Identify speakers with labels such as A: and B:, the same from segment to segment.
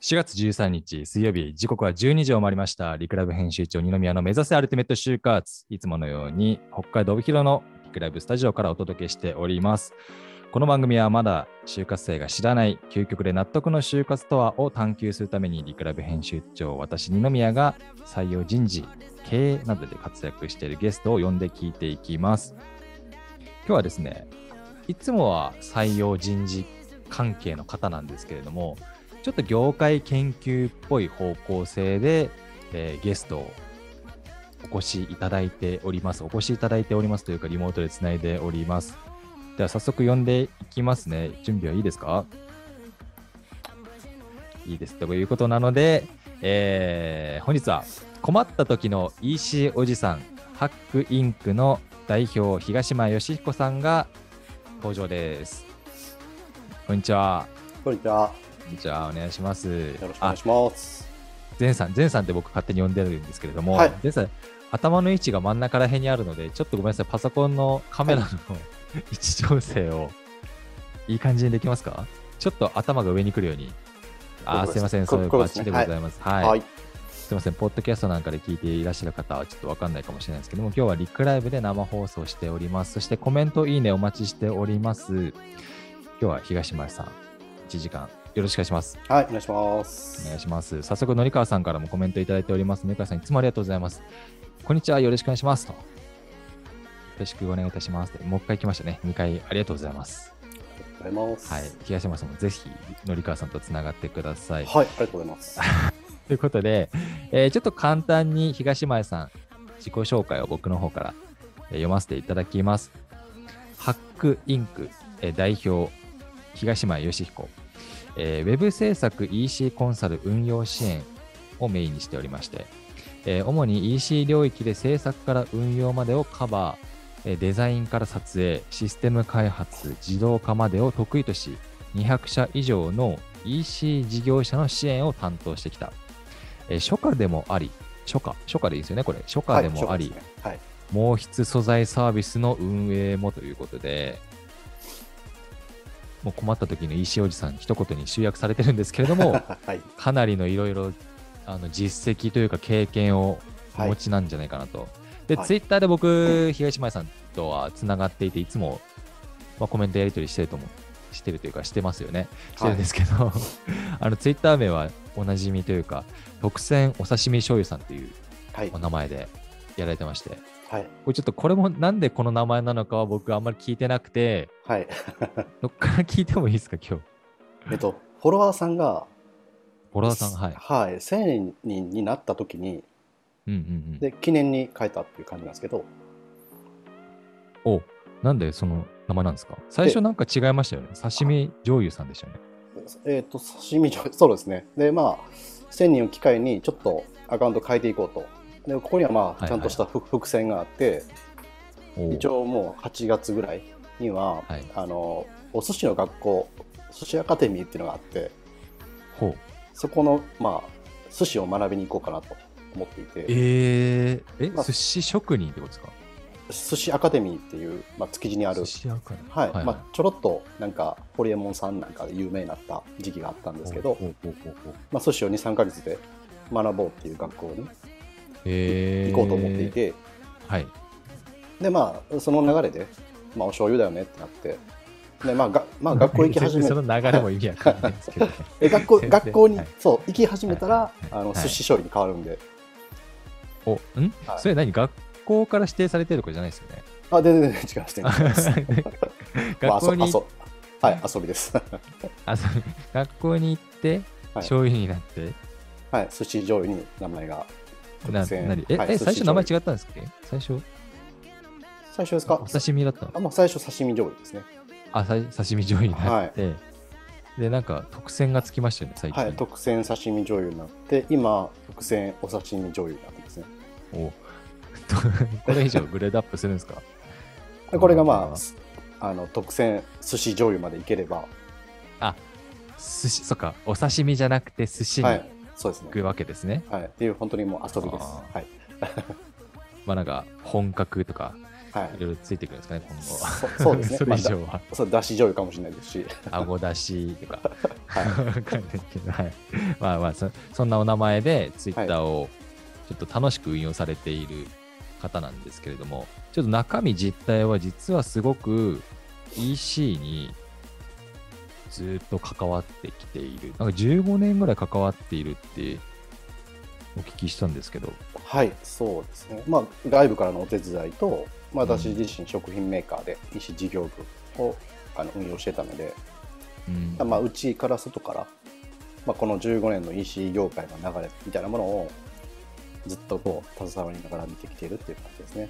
A: 4月13日水曜日、時刻は12時を回りました。リクライブ編集長二宮の目指せアルティメット就活。いつものように北海道帯広のリクライブスタジオからお届けしております。この番組はまだ就活生が知らない究極で納得の就活とはを探求するためにリクライブ編集長私二宮が採用人事、経営などで活躍しているゲストを呼んで聞いていきます。今日はですね、いつもは採用人事関係の方なんですけれども、ちょっと業界研究っぽい方向性で、ゲストをお越しいただいております。お越しいただいておりますというかリモートでつないでおります。では早速呼んでいきますね。準備はいいですか？いいですということなので、本日は困った時の EC おじさんハックインクの代表東島義彦さんが登場です。こんにちは。
B: こんにちは。
A: じゃあお願いします。よ
B: ろしくお願いします。
A: 前さんって僕勝手に呼んでるんですけれども、
B: はい、
A: 前さん頭の位置が真ん中ら辺にあるのでちょっとごめんなさい、パソコンのカメラの、位置調整をいい感じにできますか？ちょっと頭が上に来るように。すいません、そういうバッチリでございます。はい。すいません、ポッドキャストなんかで聞いていらっしゃる方はちょっとわかんないかもしれないですけども、今日はリックライブで生放送しております。そしてコメントいいねお待ちしております。今日は東島さん1時間よろしくお願いします。
B: はい、お願いします。
A: お願いします。早速、のりかわさんからもコメントいただいております。のりかわさん、いつもありがとうございます。こんにちは、よろしくお願いします。と。よろしくお願いいたします。もう一回来ましたね。2回ありがとうございます。
B: ありがとうございます。
A: はい。東山さんもぜひ、のりかわさんとつながってください。
B: はい、ありがとうございます。
A: ということで、ちょっと簡単に東前さん、自己紹介を僕の方から、読ませていただきます。ハックインク、代表、東前義彦。ウェブ制作 EC コンサル運用支援をメインにしておりまして、主に EC 領域で制作から運用までをカバー、デザインから撮影、システム開発、自動化までを得意とし、200社以上の EC 事業者の支援を担当してきた。初夏でもあり、初夏でいいですよね、これ。初夏でもあり、
B: はい、
A: 毛筆素材サービスの運営もということで、もう困った時の EC おじさん一言に集約されてるんですけれども、はい、かなりのいろいろ実績というか経験をお持ちなんじゃないかなと。はい、で、ツイッターで僕、東前さんとはつながっていて、いつも、コメントやり取りしてるというかしてますよね。してるんですけど、ツイッター名はおなじみというか、特選お刺身醤油さんというお名前でやられてまして、はい、これもなんでこの名前なのかは僕あんまり聞いてなくて、はい、どっから聞いてもいいですか、今日。
B: フォロワーさん、はい、1000人になった時に、で記念に書いたっていう感じなんですけど。
A: なんでその名前なんですか？最初なんか違いましたよね。刺身醤油さんでしたよね。
B: 刺身醤油、そうですね。で、1000人を機会にちょっとアカウント変えていこうと。でここにはちゃんとした伏線があって、一応もう8月ぐらいには、お寿司の学校、寿司アカデミーっていうのがあって、そこの寿司を学びに行こうかなと思っていて。
A: 寿司職人ってことですか？
B: 寿司アカデミーっていう、築地にある、ちょろっとなんかホリエモンさんなんかで有名になった時期があったんですけど、寿司を 2,3 ヶ月で学ぼうっていう学校に行こうと思っていて、でその流れで、お醤油だよねってなって、で学校行き始め
A: その流れも意味わかんないですけど
B: 学校に行き始めたら寿司醤油に変わるんで。
A: それ何？学校から指定されてるとかじゃないですよね。
B: 全然違います。学校に遊びです。
A: 学校に行って醤油になって、
B: 寿司醤油に名前が。
A: 最初名前違ったんですか？最初
B: ですか？
A: お刺身だったの？
B: 最初刺身醤油ですね。
A: 刺身醤油になって、でなんか特選がつきましたよね、最近。
B: 特選刺身醤油になって、今特選お刺身醤油になってますね。
A: これ以上グレードアップするんですか？
B: これが特選寿司醤油までいければ。
A: 寿司、そっか、お刺身じゃなくて寿司に行くわけですね。
B: っていう本当にもう遊びです。
A: なんか本格とか
B: はい、
A: いろいろついてくるんですかね、今後は。
B: そうですね。
A: それ以上は。
B: そう、だし醤油かもしれないですし。
A: 顎出しとか。
B: はい。
A: わかんないけど、はい。まあまあそんなお名前でツイッターをちょっと楽しく運用されている方なんですけれども、ちょっと中身実態は実はすごく EC にずっと関わってきている。なんか15年ぐらい関わっているってお聞きしたんですけど。
B: はい、そうですね。まあ、外部からのお手伝いと、まあ、私自身食品メーカーでEC事業部を運用してたので、まあ、内から外から、まあ、この15年の EC 業界の流れみたいなものをずっとこう携わりながら見てきているっていう感じですね。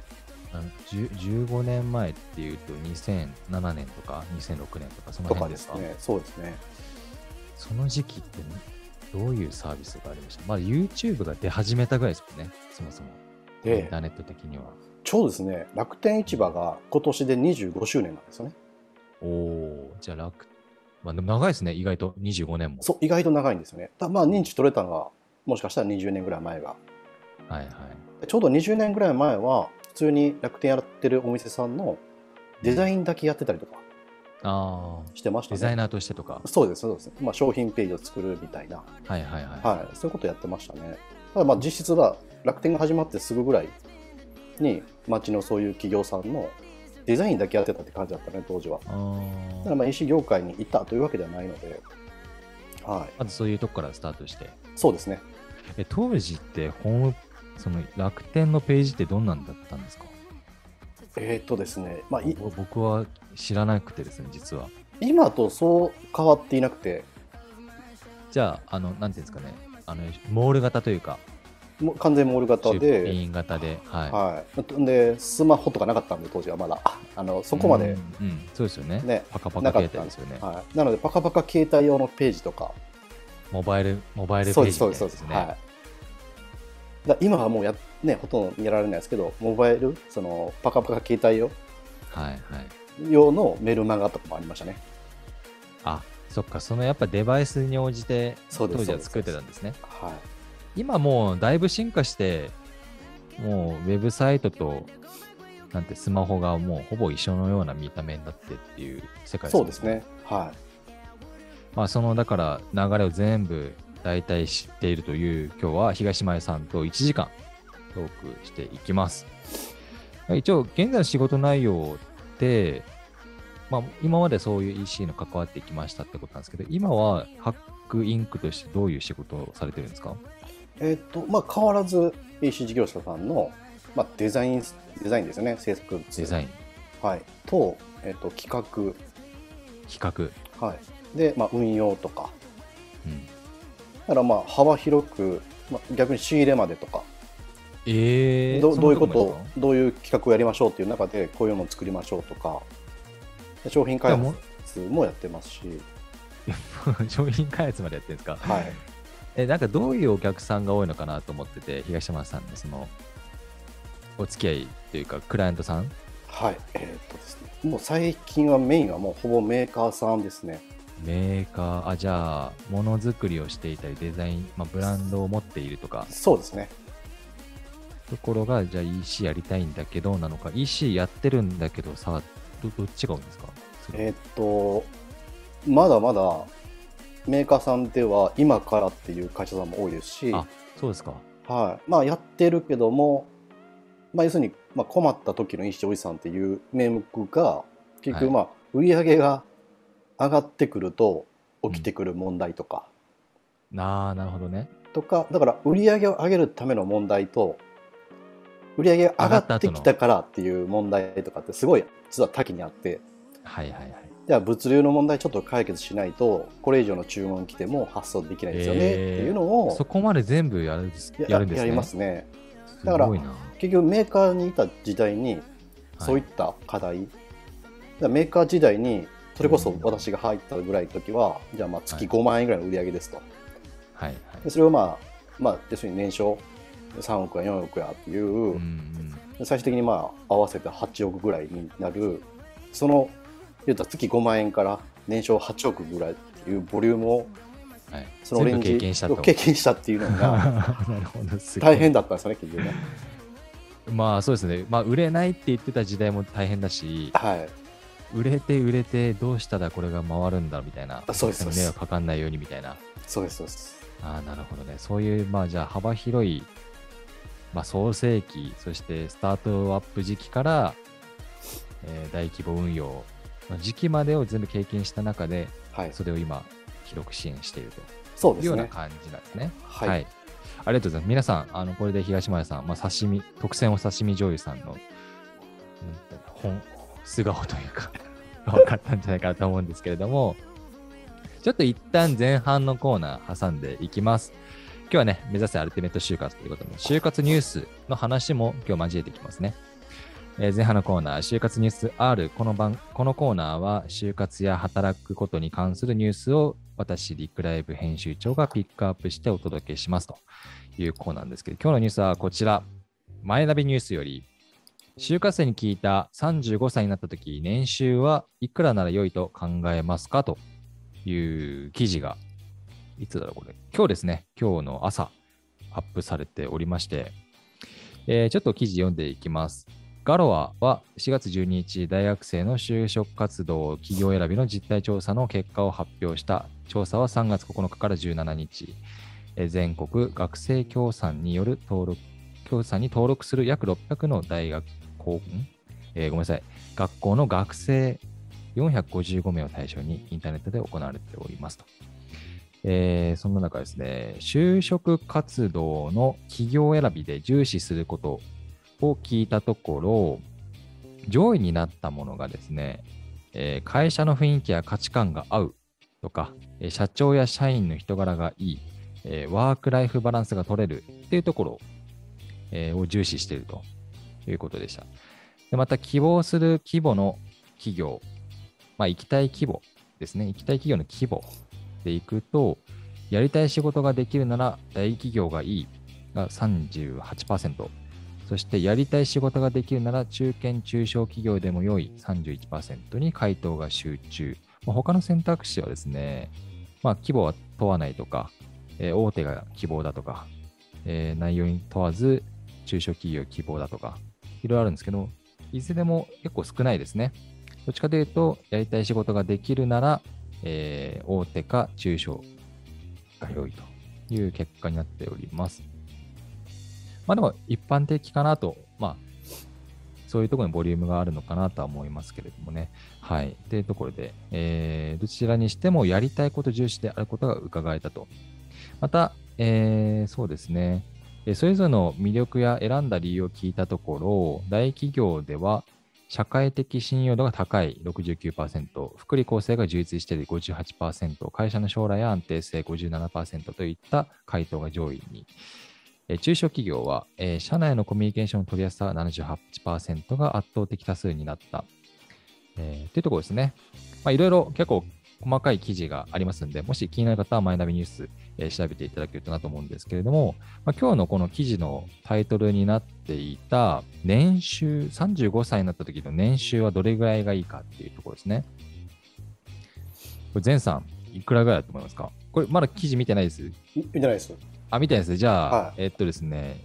A: 15年前っていうと2007年とか2006年とかその辺ですか？
B: ね、そうですね。
A: その時期ってどういうサービスがありました？まあ YouTube が出始めたぐらいですもんね、そもそも。インターネット的には。
B: そうですね。楽天市場が今年で25周年なんですよね。
A: おお、じゃあまあ、でも長いですね、意外と25年も。
B: そう、意外と長いんですよね。まあ認知取れたのがもしかしたら20年ぐらい前が。
A: はいはい。
B: ちょうど20年ぐらい前は普通に楽天やってるお店さんのデザインだけやってたりとかしてましたね。
A: デザイナーとしてとか。
B: そうです、そうです。まあ、商品ページを作るみたいな。
A: はいはいはい。
B: はい、そういうことやってましたね。ただまあ実質は楽天が始まってすぐぐらいに町のそういう企業さんのデザインだけやってたって感じだったね、当時は。だからまあ EC 業界にいたというわけではないので、はい。
A: まずそういうとこからスタートして。
B: そうですね。
A: 当時ってその楽天のページってどんなんだったんですか？
B: ですね、まあ、
A: 僕は知らなくてですね、実は。
B: 今とそう変わっていなくて。
A: じゃあ、なんていうんですかね、モール型というか、
B: もう完全モール型で、
A: 出品型で、はい。
B: はい、で、スマホとかなかったんで、当時はまだ。そこまで、
A: そうですよね。パカパカ携帯ですよね。
B: はい。なので、パカパカ携帯用のページとか。
A: モバイルページみたいですね。
B: そうです。はい。今はもうほとんどやられないですけど、モバイル、パカパカ携帯用、用のメルマガとかもありましたね。
A: あ、そっか、やっぱデバイスに応じて当時は作ってたんですね。
B: はい。
A: 今もうだいぶ進化して、もうウェブサイトとなんてスマホがもうほぼ一緒のような見た目になってっていう世界ですね。
B: そうですね。はい。
A: まあだから流れを全部大体知っているという今日は東前さんと1時間トークしていきます。一応現在の仕事内容って、まあ、今までそういう EC の関わってきましたってことなんですけど、今はハックインクとしてどういう仕事をされてるんですか？
B: まあ、変わらず EC 事業者さんの、まあ、デザインですよね、制作物。
A: デザイン。
B: はい。と、企
A: 画。
B: はい。で、まあ、運用とか。だからまあ、幅広く、まあ、逆に仕入れまでとか。どういうことを、どういう企画をやりましょうっていう中で、こういうのを作りましょうとか。商品開発もやってますし。
A: 商品開発までやってるんですか？
B: はい。
A: なんかどういうお客さんが多いのかなと思ってて、東山さんのお付き合いというか、クライアントさん？
B: はい。ですね。もう最近はメインはもうほぼメーカーさんですね。
A: メーカー、じゃあ、ものづくりをしていたり、デザイン、まあ、ブランドを持っているとか。
B: そうですね。
A: ところが、じゃあ EC やりたいんだけどなのか、EC やってるんだけどさ、どっちが多いんですか？
B: まだまだメーカーさんでは今からっていう会社さんも多いですし。
A: あ、そうですか。
B: はい。まあやってるけども、まあ要するに、まあ、困った時の EC おじさんっていう名目が、結局まあ売り上げが上がってくると起きてくる問題とか。
A: なるほどね。
B: とか、だから売り上げを上げるための問題と、売り上げが上がってきたからっていう問題とかってすごい実は多岐にあって。
A: はいはいはい。
B: じゃあ物流の問題ちょっと解決しないとこれ以上の注文来ても発送できないですよねっていうのを、
A: そこまで全部やるんですね。
B: やりますね。だから結局メーカーにいた時代にそういった課題、メーカー時代にそれこそ私が入ったぐらいの時は、じゃあまあ月5万円ぐらいの売り上げですと。でそれをまあ要するに年商3億や4億やっていう、最終的にまあ合わせて8億ぐらいになる、その言うと月5万円から年商8億ぐらいっていうボリュームを、そのレンジを経験したっていうのが大変だったんですよね、結局ね。
A: まあそうですね。まあ売れないって言ってた時代も大変だし、
B: はい。
A: 売れてどうしたらこれが回るんだみたいな、
B: そうです、そうで
A: 迷惑
B: す。
A: かかんないようにみたいな。
B: そうです、そうです。
A: ああ、なるほどね。そういう、まあじゃあ幅広い、まあ創世期、そしてスタートアップ時期から、大規模運用の時期までを全部経験した中で、
B: はい。
A: それを今、記録支援しているというような
B: そうですね。
A: 感じなんですね。
B: はい。
A: はい。ありがとうございます。皆さん、これで東村さん、まあ、刺身、特選お刺身醤油さんの、素顔というか分かったんじゃないかなと思うんですけれども、ちょっと一旦前半のコーナー挟んでいきます。今日はね、目指せアルティメット就活ということで、就活ニュースの話も今日交えていきますね。前半のコーナー、就活ニュース R。このコーナーは、就活や働くことに関するニュースを私、リクライブ編集長がピックアップしてお届けしますというコーナーなんですけど、今日のニュースはこちら、マイナビニュースより、就活生に聞いた35歳になった時、年収はいくらなら良いと考えますかという記事が、いつだろうこれ。今日ですね、今日の朝アップされておりまして、ちょっと記事読んでいきます。ガロアは4月12日、大学生の就職活動、企業選びの実態調査の結果を発表した。調査は3月9日から17日、全国学生協賛による協賛に登録する約600の大学ごめんなさい、学校の学生455名を対象にインターネットで行われておりますと。そんな中ですね、就職活動の企業選びで重視することを聞いたところ、上位になったものがですね、会社の雰囲気や価値観が合うとか、社長や社員の人柄がいい、ワークライフバランスが取れるっていうところ、を重視しているということでした。でまた、希望する規模の企業、まあ、行きたい規模ですね、行きたい企業の規模でいくと、やりたい仕事ができるなら大企業がいいが 38%、そしてやりたい仕事ができるなら中堅中小企業でも良い 31% に回答が集中。他の選択肢はですね、まあ、規模は問わないとか、大手が希望だとか、内容に問わず中小企業希望だとか、いろいろあるんですけど、いずれも結構少ないですね。どっちかというと、やりたい仕事ができるなら、大手か中小が良いという結果になっております。まあでも一般的かなと、まあそういうところにボリュームがあるのかなとは思いますけれどもね。はい。というところで、どちらにしてもやりたいこと重視であることが伺えたと。また、そうですね。それぞれの魅力や選んだ理由を聞いたところ、大企業では社会的信用度が高い 69%、福利厚生が充実している 58%、会社の将来や安定性 57% といった回答が上位に。中小企業は、社内のコミュニケーションの取りやすさは 78% が圧倒的多数になった。というところですね。まあ、いろいろ結構細かい記事がありますので、もし気になる方はマイナビニュース、調べていただけるとなと思うんですけれども、まあ、今日のこの記事のタイトルになっていた年収、35歳になった時の年収はどれぐらいがいいかっていうところですね。これ前さん、いくらぐらいだと思いますか？これまだ記事見てないです。
B: 見てないです。
A: 見てないです。じゃあ、
B: はい。
A: ですね、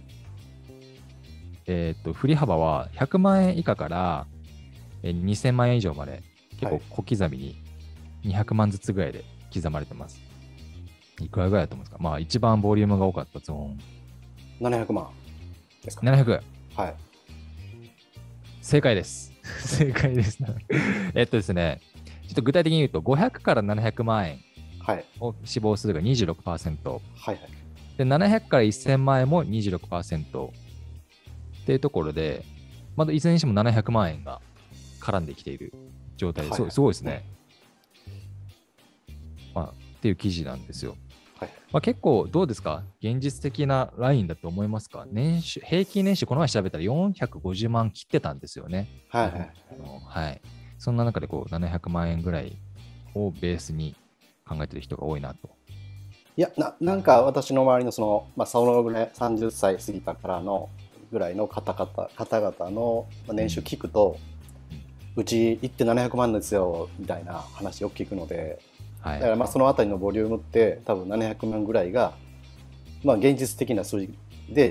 A: 振り幅は100万円以下から2000万円以上まで結構小刻みに200万ずつぐらいで刻まれてます。いくらぐらいだと思うんですか？まあ一番ボリュームが多かったゾーン。
B: 700万ですか？
A: 700。
B: はい。
A: 正解です。正解です。ですね、ちょっと具体的に言うと500から700万円
B: はい。
A: を志望するが 26%。
B: はいはい。
A: で、700から1000万円も 26%。っていうところで、まだいずれにしても700万円が絡んできている状態で、
B: はいはい、
A: すごいですね。まあ、っていう記事なんですよ。
B: はい。
A: まあ、結構どうですか？現実的なラインだと思いますか？平均年収、この前調べたら450万切ってたんですよね。
B: はいはい。
A: はい。そんな中でこう700万円ぐらいをベースに考えてる人が多いなと。
B: いや、なんか私の周りのそのぐらい30歳過ぎたからのぐらいの方々の年収聞くと、うち行って700万ですよみたいな話よく聞くので、
A: はい、
B: だからそのあたりのボリュームって多分700万ぐらいが、現実的な数字で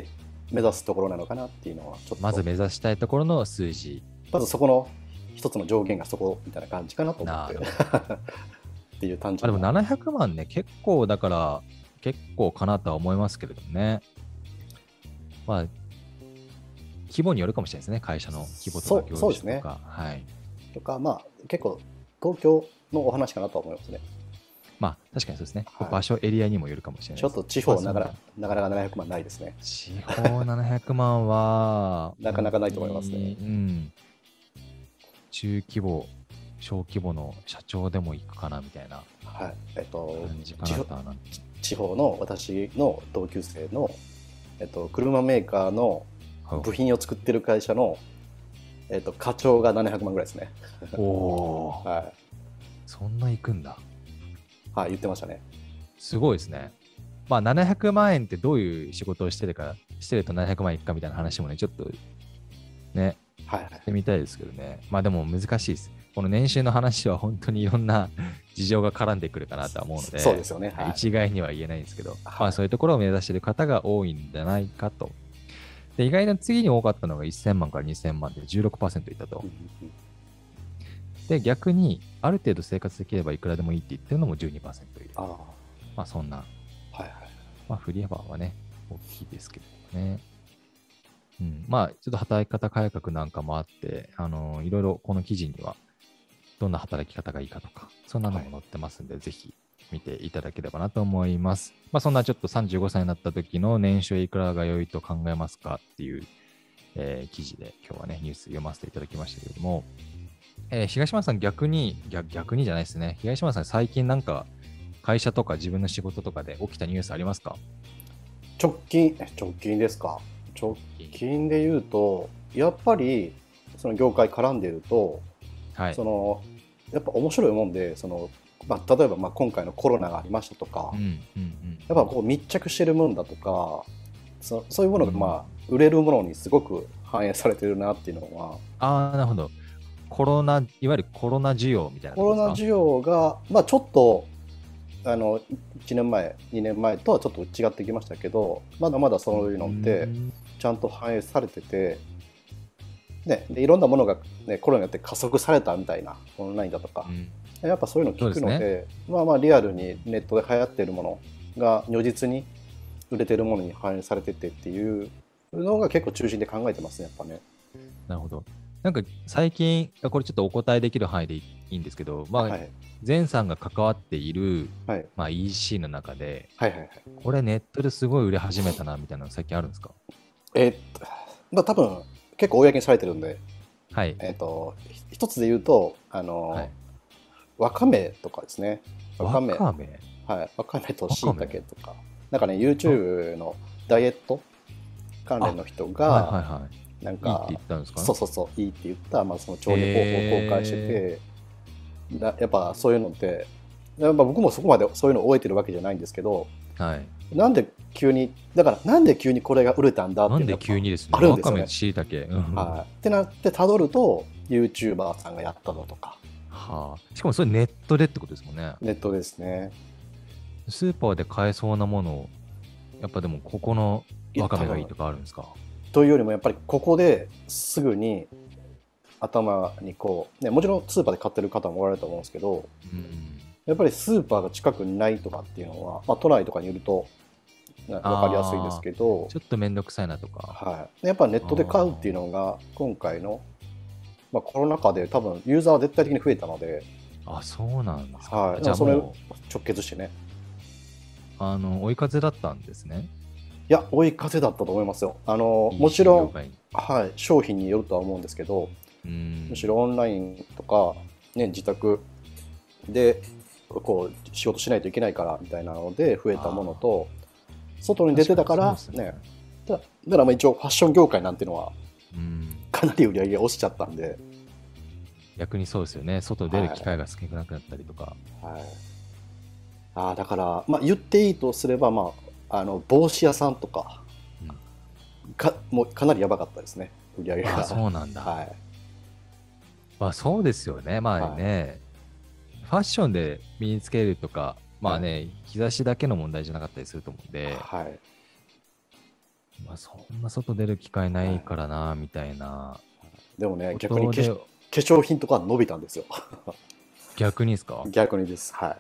B: 目指すところなのかなっていうのはちょっと
A: まず目指したいところの数字。
B: まずそこの一つの上限がそこみたいな感じかなと思ってっていう単純な。
A: でも700万ね、結構だから結構かなとは思いますけれどもね。まあ規模によるかもしれないですね。会社の規模とか業種とか。
B: そうですね。
A: はい。
B: とかまあ結構東京のお話かなと思いますね。
A: まあ確かにそうですね。
B: はい、
A: 場所エリアにもよるかもしれないです。
B: ちょっと地方なかなか700万ないですね。
A: 地方700万は
B: なかなかないと思いますね。
A: うん。中規模、小規模の社長でも行くかなみたいな
B: 感じかな。地方の私の同級生の、車メーカーの部品を作ってる会社の、課長が700万ぐらいですね。
A: おお、
B: はい。
A: そんな行くんだ。
B: はい、言ってましたね。
A: すごいですね。まあ700万円ってどういう仕事をしてると700万いくかみたいな話もね、ちょっとね、してみたいですけどね。まあでも難しいです。この年収の話は本当にいろんな事情が絡んでくるかなとは思うので、
B: そうですよね。
A: 一概には言えないんですけど、まあそういうところを目指している方が多いんじゃないかと。で、意外な次に多かったのが1000万から2000万で 16% いたと。で、逆にある程度生活できればいくらでもいいって言ってるのも 12% いる。まあそんな、まあ振り幅はね、大きいですけどね。うん、まあちょっと働き方改革なんかもあって、いろいろこの記事にはどんな働き方がいいかとか、そんなのも載ってますんで、ぜひ見ていただければなと思います。まあそんなちょっと35歳になった時の年収いくらが良いと考えますかっていう、記事で今日はね、ニュース読ませていただきましたけれども、東島さん逆にじゃないですね。東島さん最近なんか会社とか自分の仕事とかで起きたニュースありますか？
B: 直近ですか。直近で言うと、やっぱりその業界絡んでいると、はい、やっぱ面白いもんで、例えば今回のコロナがありましたとか、やっぱこう密着してるもんだとか、そういうものが売れるものにすごく反映されてるなっていうのは。
A: なるほど。いわゆるコロナ需要みたいな
B: コロナ需要が、ちょっと1年前2年前とはちょっと違ってきましたけど、まだまだそういうのってちゃんと反映されてて、ね、でいろんなものが、ね、コロナによって加速されたみたいな、オンラインだとか、やっぱそういうの聞くの で、リアルにネットで流行っているものが如実に売れてるものに反映されててっていうのが結構中心で考えてますね、やっぱね。
A: なるほど。なんか最近、これちょっとお答えできる範囲でいいんですけど、前さんが関わっている、EC の中で、これネットですごい売れ始めたなみたいなの最近あるんですか？
B: 多分結構公にされてるんで、一つで言うとわかめとかですね。わかめとしいたけとか、なんかね YouTube のダイエット関連の人がなんかいいって言ったんですかね。そういいって言った、その調理方法を公開してて、やっぱそういうのって僕もそこまでそういうのを終えてるわけじゃないんですけど、なんで急にこれが売れたんだっていうのがあるんですよね。わかめしいたけってなってたどると YouTuber さんがやったのとか、
A: しかもそれネットでってことですもんね。
B: ネットですね。
A: スーパーで買えそうなものをやっぱでもここのわかめがいいとかあるんですか？
B: というよりもやっぱりここですぐに頭にこう、ね、もちろんスーパーで買ってる方もおられると思うんですけど、やっぱりスーパーが近くにないとかっていうのは、都内とかにいると分かりやすいですけど、
A: ちょっと面倒くさいなとか、
B: やっぱネットで買うっていうのが今回の、コロナ禍で多分ユーザーは絶対的に増えたので、
A: そうなんですか。じゃあ
B: それを直結してね、
A: 追い風だったんですね。
B: いや追い風だったと思いますよ。もちろん、商品によるとは思うんですけど、むしろオンラインとか、ね、自宅でこう仕事しないといけないからみたいなので増えたものと、外に出てたからね、だから一応ファッション業界なんていうのはかなり売り上げが落ちちゃったんで、
A: 逆にそうですよね。外出る機会が少なくなったりとか、
B: だから言っていいとすれば、帽子屋さんとか、もうかなりやばかったですね、売り上げが。
A: そうなんだ。そうですよね。ファッションで身につけるとか、日差しだけの問題じゃなかったりすると思うんで、 まあ、そんな外出る機会ないからな、みたいな。
B: でもね、
A: こと
B: 逆に化
A: で
B: 粧品とか伸びたんですよ。
A: 逆にですか？
B: 逆にです。はい。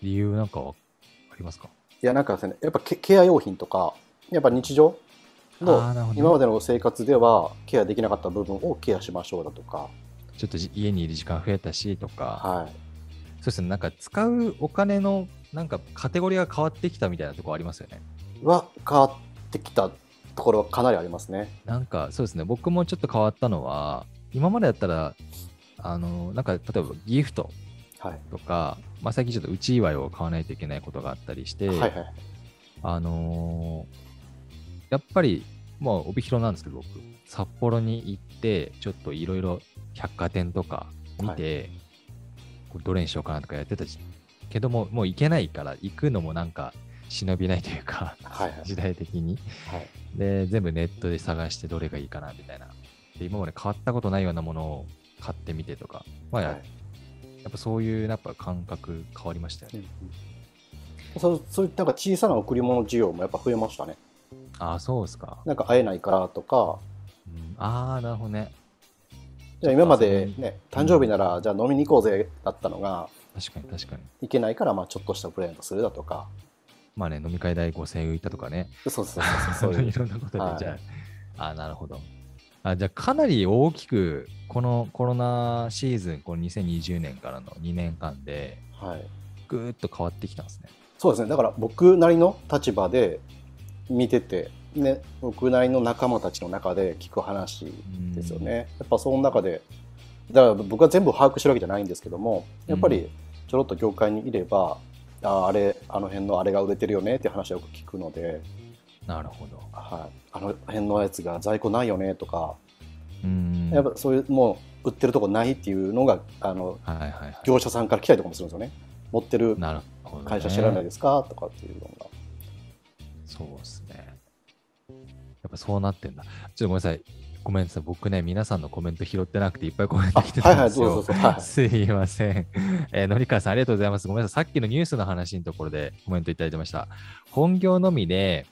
A: 理由なんかありますか？
B: いや、なんかですね、やっぱケア用品とか、やっぱ日常の
A: なるほどね。
B: 今までの生活ではケアできなかった部分をケアしましょうだとか、
A: ちょっと家にいる時間増えたしとか、
B: は
A: そうですね、なんか使うお金のなんかカテゴリーが変わってきたみたいなところありますよね。
B: い、は変わってきたところはかなりありますね。
A: なんかそうですね、僕もちょっと変わったのは、今までだったら、なんか例えばギフト
B: はい。
A: とか、まあ、最近ちょっと内祝いを買わないといけないことがあったりして、
B: はいはい。
A: あのーやっぱり、もう帯広なんですけど、僕、札幌に行って、ちょっといろいろ百貨店とか見て、これどれにしようかなとかやってたけども、もう行けないから、行くのもなんか忍びないというか、
B: はいはい。
A: 時代的に。
B: はい。
A: で、全部ネットで探してどれがいいかなみたいな。で、今まで変わったことないようなものを買ってみてとか、まあ
B: はい。
A: やっぱそういうやっぱ感覚変わりましたよね。
B: うんうん、そういったなんか小さな贈り物需要もやっぱ増えましたね。
A: ああ、そうですか。
B: なんか会えないからとか、
A: うん、ああ、なるほどね。
B: じゃあ今まで
A: ちょっと遊びに
B: ね、誕生日なら、じゃあ飲みに行こうぜだったのが、
A: 確かに確かに。
B: 行けないから、まあちょっとしたプレゼントするだとか、
A: まあね、飲み会代5000円浮いたとかね。
B: そうそうそうそう、そういう。
A: いろんなことで、
B: はい、
A: じゃあ、なるほど。じゃあ、かなり大きく、このコロナシーズン、この2020年からの2年間で、
B: はい。
A: ぐーっと変わってきたんですね。
B: そうですね。だから僕なりの立場で見てて、ね、僕なりの仲間たちの中で聞く話ですよね。やっぱその中で、だから僕は全部把握してるわけじゃないんですけども、やっぱりちょろっと業界にいれば、あの辺のあれが売れてるよねっていう話をよく聞くので、
A: なるほど。
B: はい、あの辺のやつが在庫ないよねとか、
A: うん
B: やっぱそういうもう売ってるとこないっていうのが
A: はいはいはい。
B: 業者さんから来たりとかもするんですよね。持ってる
A: なるほど、ね。
B: 会社知らないですかとかっていうのが。
A: そうですね。やっぱそうなってんだ。ちょっとごめんなさい。ごめんなさい。僕ね、皆さんのコメント拾ってなくていっぱいコメント来て
B: はいはい、
A: たんですよ。
B: どうぞどうぞ。はい、
A: すいません。のりかわさん、ありがとうございます。ごめんなさい。さっきのニュースの話のところでコメントいただいてました。本業のみで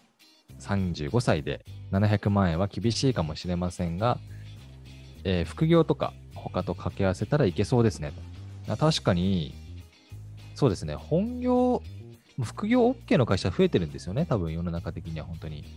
A: 35歳で700万円は厳しいかもしれませんが、副業とか他と掛け合わせたらいけそうですね。確かに、そうですね。本業、副業 OK の会社増えてるんですよね。多分世の中的には本当に。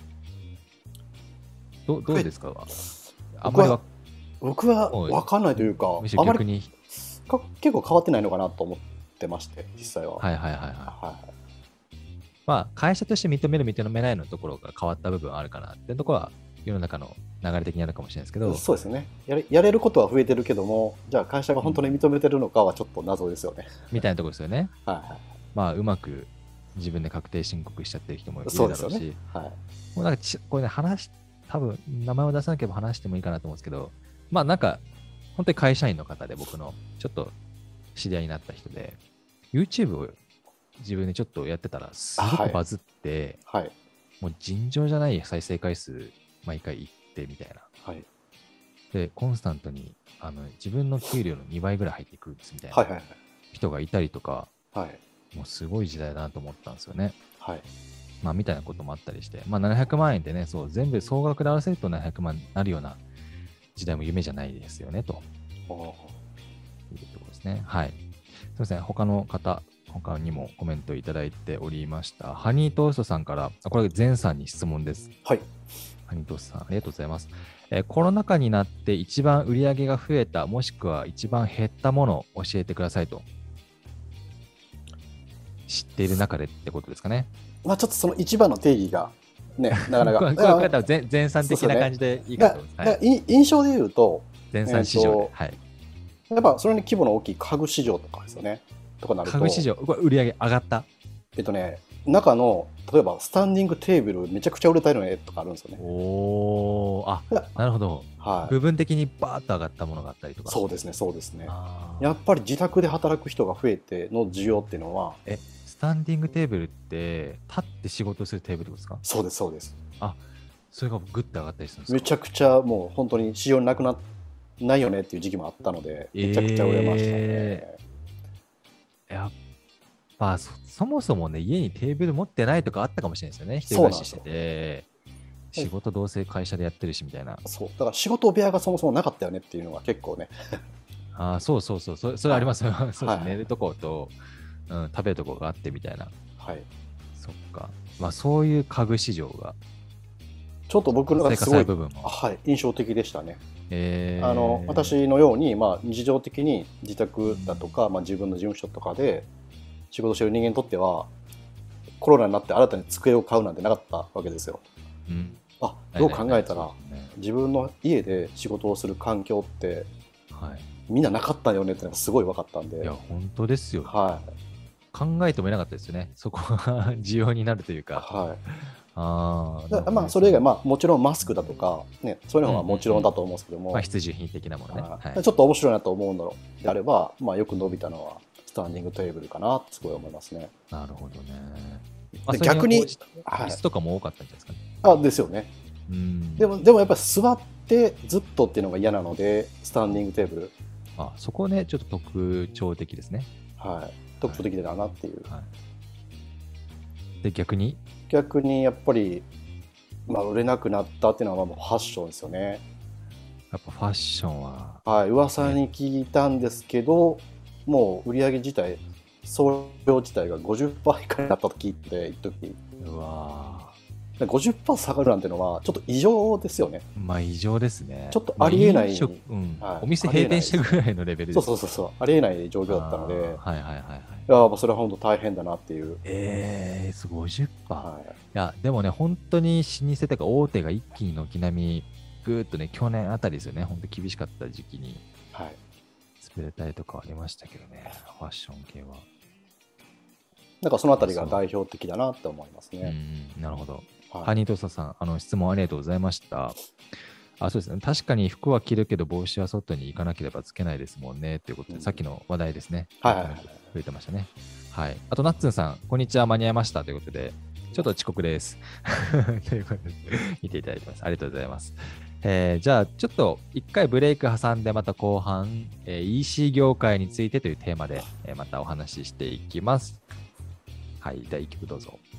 A: どうですか？あんまり
B: 僕は分かんないというか、
A: むしろ逆に
B: 結構変わってないのかなと思ってまして、実際は。
A: はいはいはいはい。まあ、会社として認める、認めないのところが変わった部分はあるかなっていうところは、世の中の流れ的にあるかもしれないですけど。
B: そうですね。やれることは増えてるけども、じゃあ会社が本当に認めてるのかはちょっと謎ですよね。
A: みたいなところですよね。
B: はいはい。
A: まあ、うまく自分で確定申告しちゃってる人もいるだろうし。
B: そうですよね。はい。
A: もうなんかこれね、多分名前を出さなければ話してもいいかなと思うんですけど、まあなんか、本当に会社員の方で僕のちょっと知り合いになった人で、YouTube を自分でちょっとやってたら、すごくバズって、
B: はい、
A: もう尋常じゃない再生回数、毎回行ってみたいな。
B: はい、
A: で、コンスタントに自分の給料の2倍ぐらい入ってくるんですみたいな人がいたりとか、
B: はい、
A: もうすごい時代だなと思ったんですよね。
B: はい。
A: まあ、みたいなこともあったりして、まあ、700万円でね、そう、全部総額で合わせると700万になるような時代も夢じゃないですよね、というところですね。はい。すみません、他にもコメントいただいておりました。ハニートーストさんから、これ、前さんに質問です。
B: はい。
A: ハニートーストさん、ありがとうございます。コロナ禍になって一番売り上げが増えた、もしくは一番減ったものを教えてくださいと。知っている中でってことですかね。
B: まあちょっとその一番の定義がね、なかなか。
A: これ多分前三的な感じでいいかと思います。
B: 印象で言うと、
A: 前三市場で、はい。
B: やっぱそれに規模の大きい家具市場とかですよね。とかなると。
A: 家具市場、これ売り上げ上がった？
B: 中の例えばスタンディングテーブルめちゃくちゃ売れたよねとかあるんですよね。
A: おー、なるほど。
B: はい。
A: 部分的にバーッと上がったものがあったりとか。
B: そうですね、そうですね。やっぱり自宅で働く人が増えての需要っていうのは。
A: スタンディングテーブルって立って仕事するテーブルですか？
B: そうです、そうです。
A: それがグッと上がったりするんですか？
B: めちゃくちゃもう本当に市場なくないよねっていう時期もあったので、めちゃくちゃ売れましたね。
A: まあそもそもね、家にテーブル持ってないとかあったかもしれないですよね。一人暮らししてて、仕事どうせ会社でやってるしみたいな。
B: そう。だから仕事部屋がそもそもなかったよねっていうのが結構ね。
A: ああ、そうそうそう。それあります。そうです、
B: はい
A: 寝るとこと、食べるとこがあってみたいな。
B: はい。
A: そっか。まあそういう家具市場が。
B: ちょっと僕の中ですごい、
A: 生活部分も。
B: はい、印象的でしたね。
A: 私
B: 私のように、まあ、日常的に自宅だとか、まあ、自分の事務所とかで仕事してる人間にとってはコロナになって新たに机を買うなんてなかったわけですよ。
A: うん、
B: どう考えたら、
A: ね、
B: 自分の家で仕事をする環境って、
A: はい、
B: みんななかったよねってのがすごい分かったんで。
A: いや本当ですよ、
B: はい、
A: 考えてもいなかったですよね、そこが需要になるというか。
B: はい、
A: ま
B: あそれ以外、まあ、もちろんマスクだとか、ね、そういうのはもちろんだと思うんですけども、
A: 必需品的なものね、はい、
B: ちょっと面白いなと思うのであれば、まあ、よく伸びたのはスタンディングテーブルかなってすごい思いますね。
A: なるほどね。
B: 逆に
A: 椅子とかも多かったんじゃないですかね。
B: ですよね。
A: うん、
B: でもやっぱり座ってずっとっていうのが嫌なので、スタンディングテーブル。
A: そこね、ちょっと特徴的ですね。
B: はい、特徴的だなっていう。
A: はい、で逆に
B: やっぱり、まあ、売れなくなったっていうのはもうファッションですよね。
A: やっぱファッションは、
B: はい、噂に聞いたんですけど、もう売り上げ自体、総量自体が 50% 以下になったと聞いて、一時。
A: うわ
B: 50% 下がるなんてのはちょっと異常ですよね。
A: まあ異常ですね。
B: ちょっとありえない、
A: お店閉店したぐらいのレベルです。
B: そうありえない状況だったので、それは本当大変だなっていう。
A: 50%、いやでもね、本当に老舗というか大手が一気に軒並みぐーっとね、去年あたりですよね、本当厳しかった時期に潰れたりとかありましたけどね、ファッション系は。
B: なんかそのあたりが代表的だなって思いますね。
A: なるほど。ハニートースターさん、質問ありがとうございました。そうですね。確かに服は着るけど帽子は外に行かなければつけないですもんね。ということで、さっきの話題ですね。増えてましたね。はい。あと、ナッツンさん、こんにちは、間に合いましたということで、ちょっと遅刻です。ということで、見ていただいてます。ありがとうございます。じゃあ、ちょっと一回ブレイク挟んで、また後半、EC 業界についてというテーマで、またお話ししていきます。はい。第1曲どうぞ。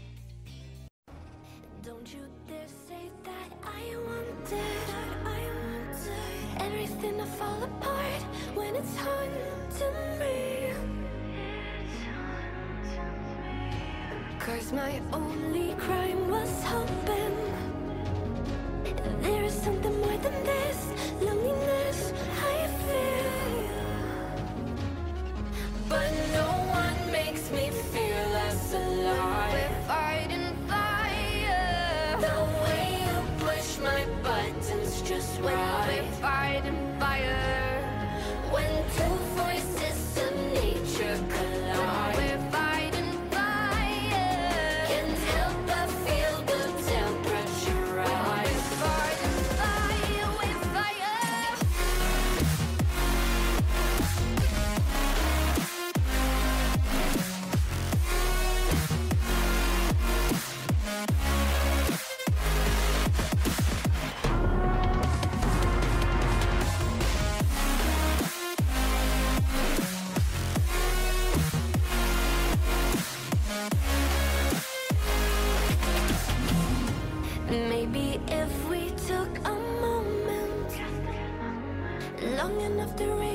C: Cause my only crime was hoping there is something more than this loneliness I feel, but no one makes me feel less alive. We're fighting fire, the way you push my buttons just right. We're fighting fire, when two voices of nature collide. We're fighting fire, can't help but feel the temperature rise. We're fighting fire, we're fire. Maybe if we took a moment long enough to realize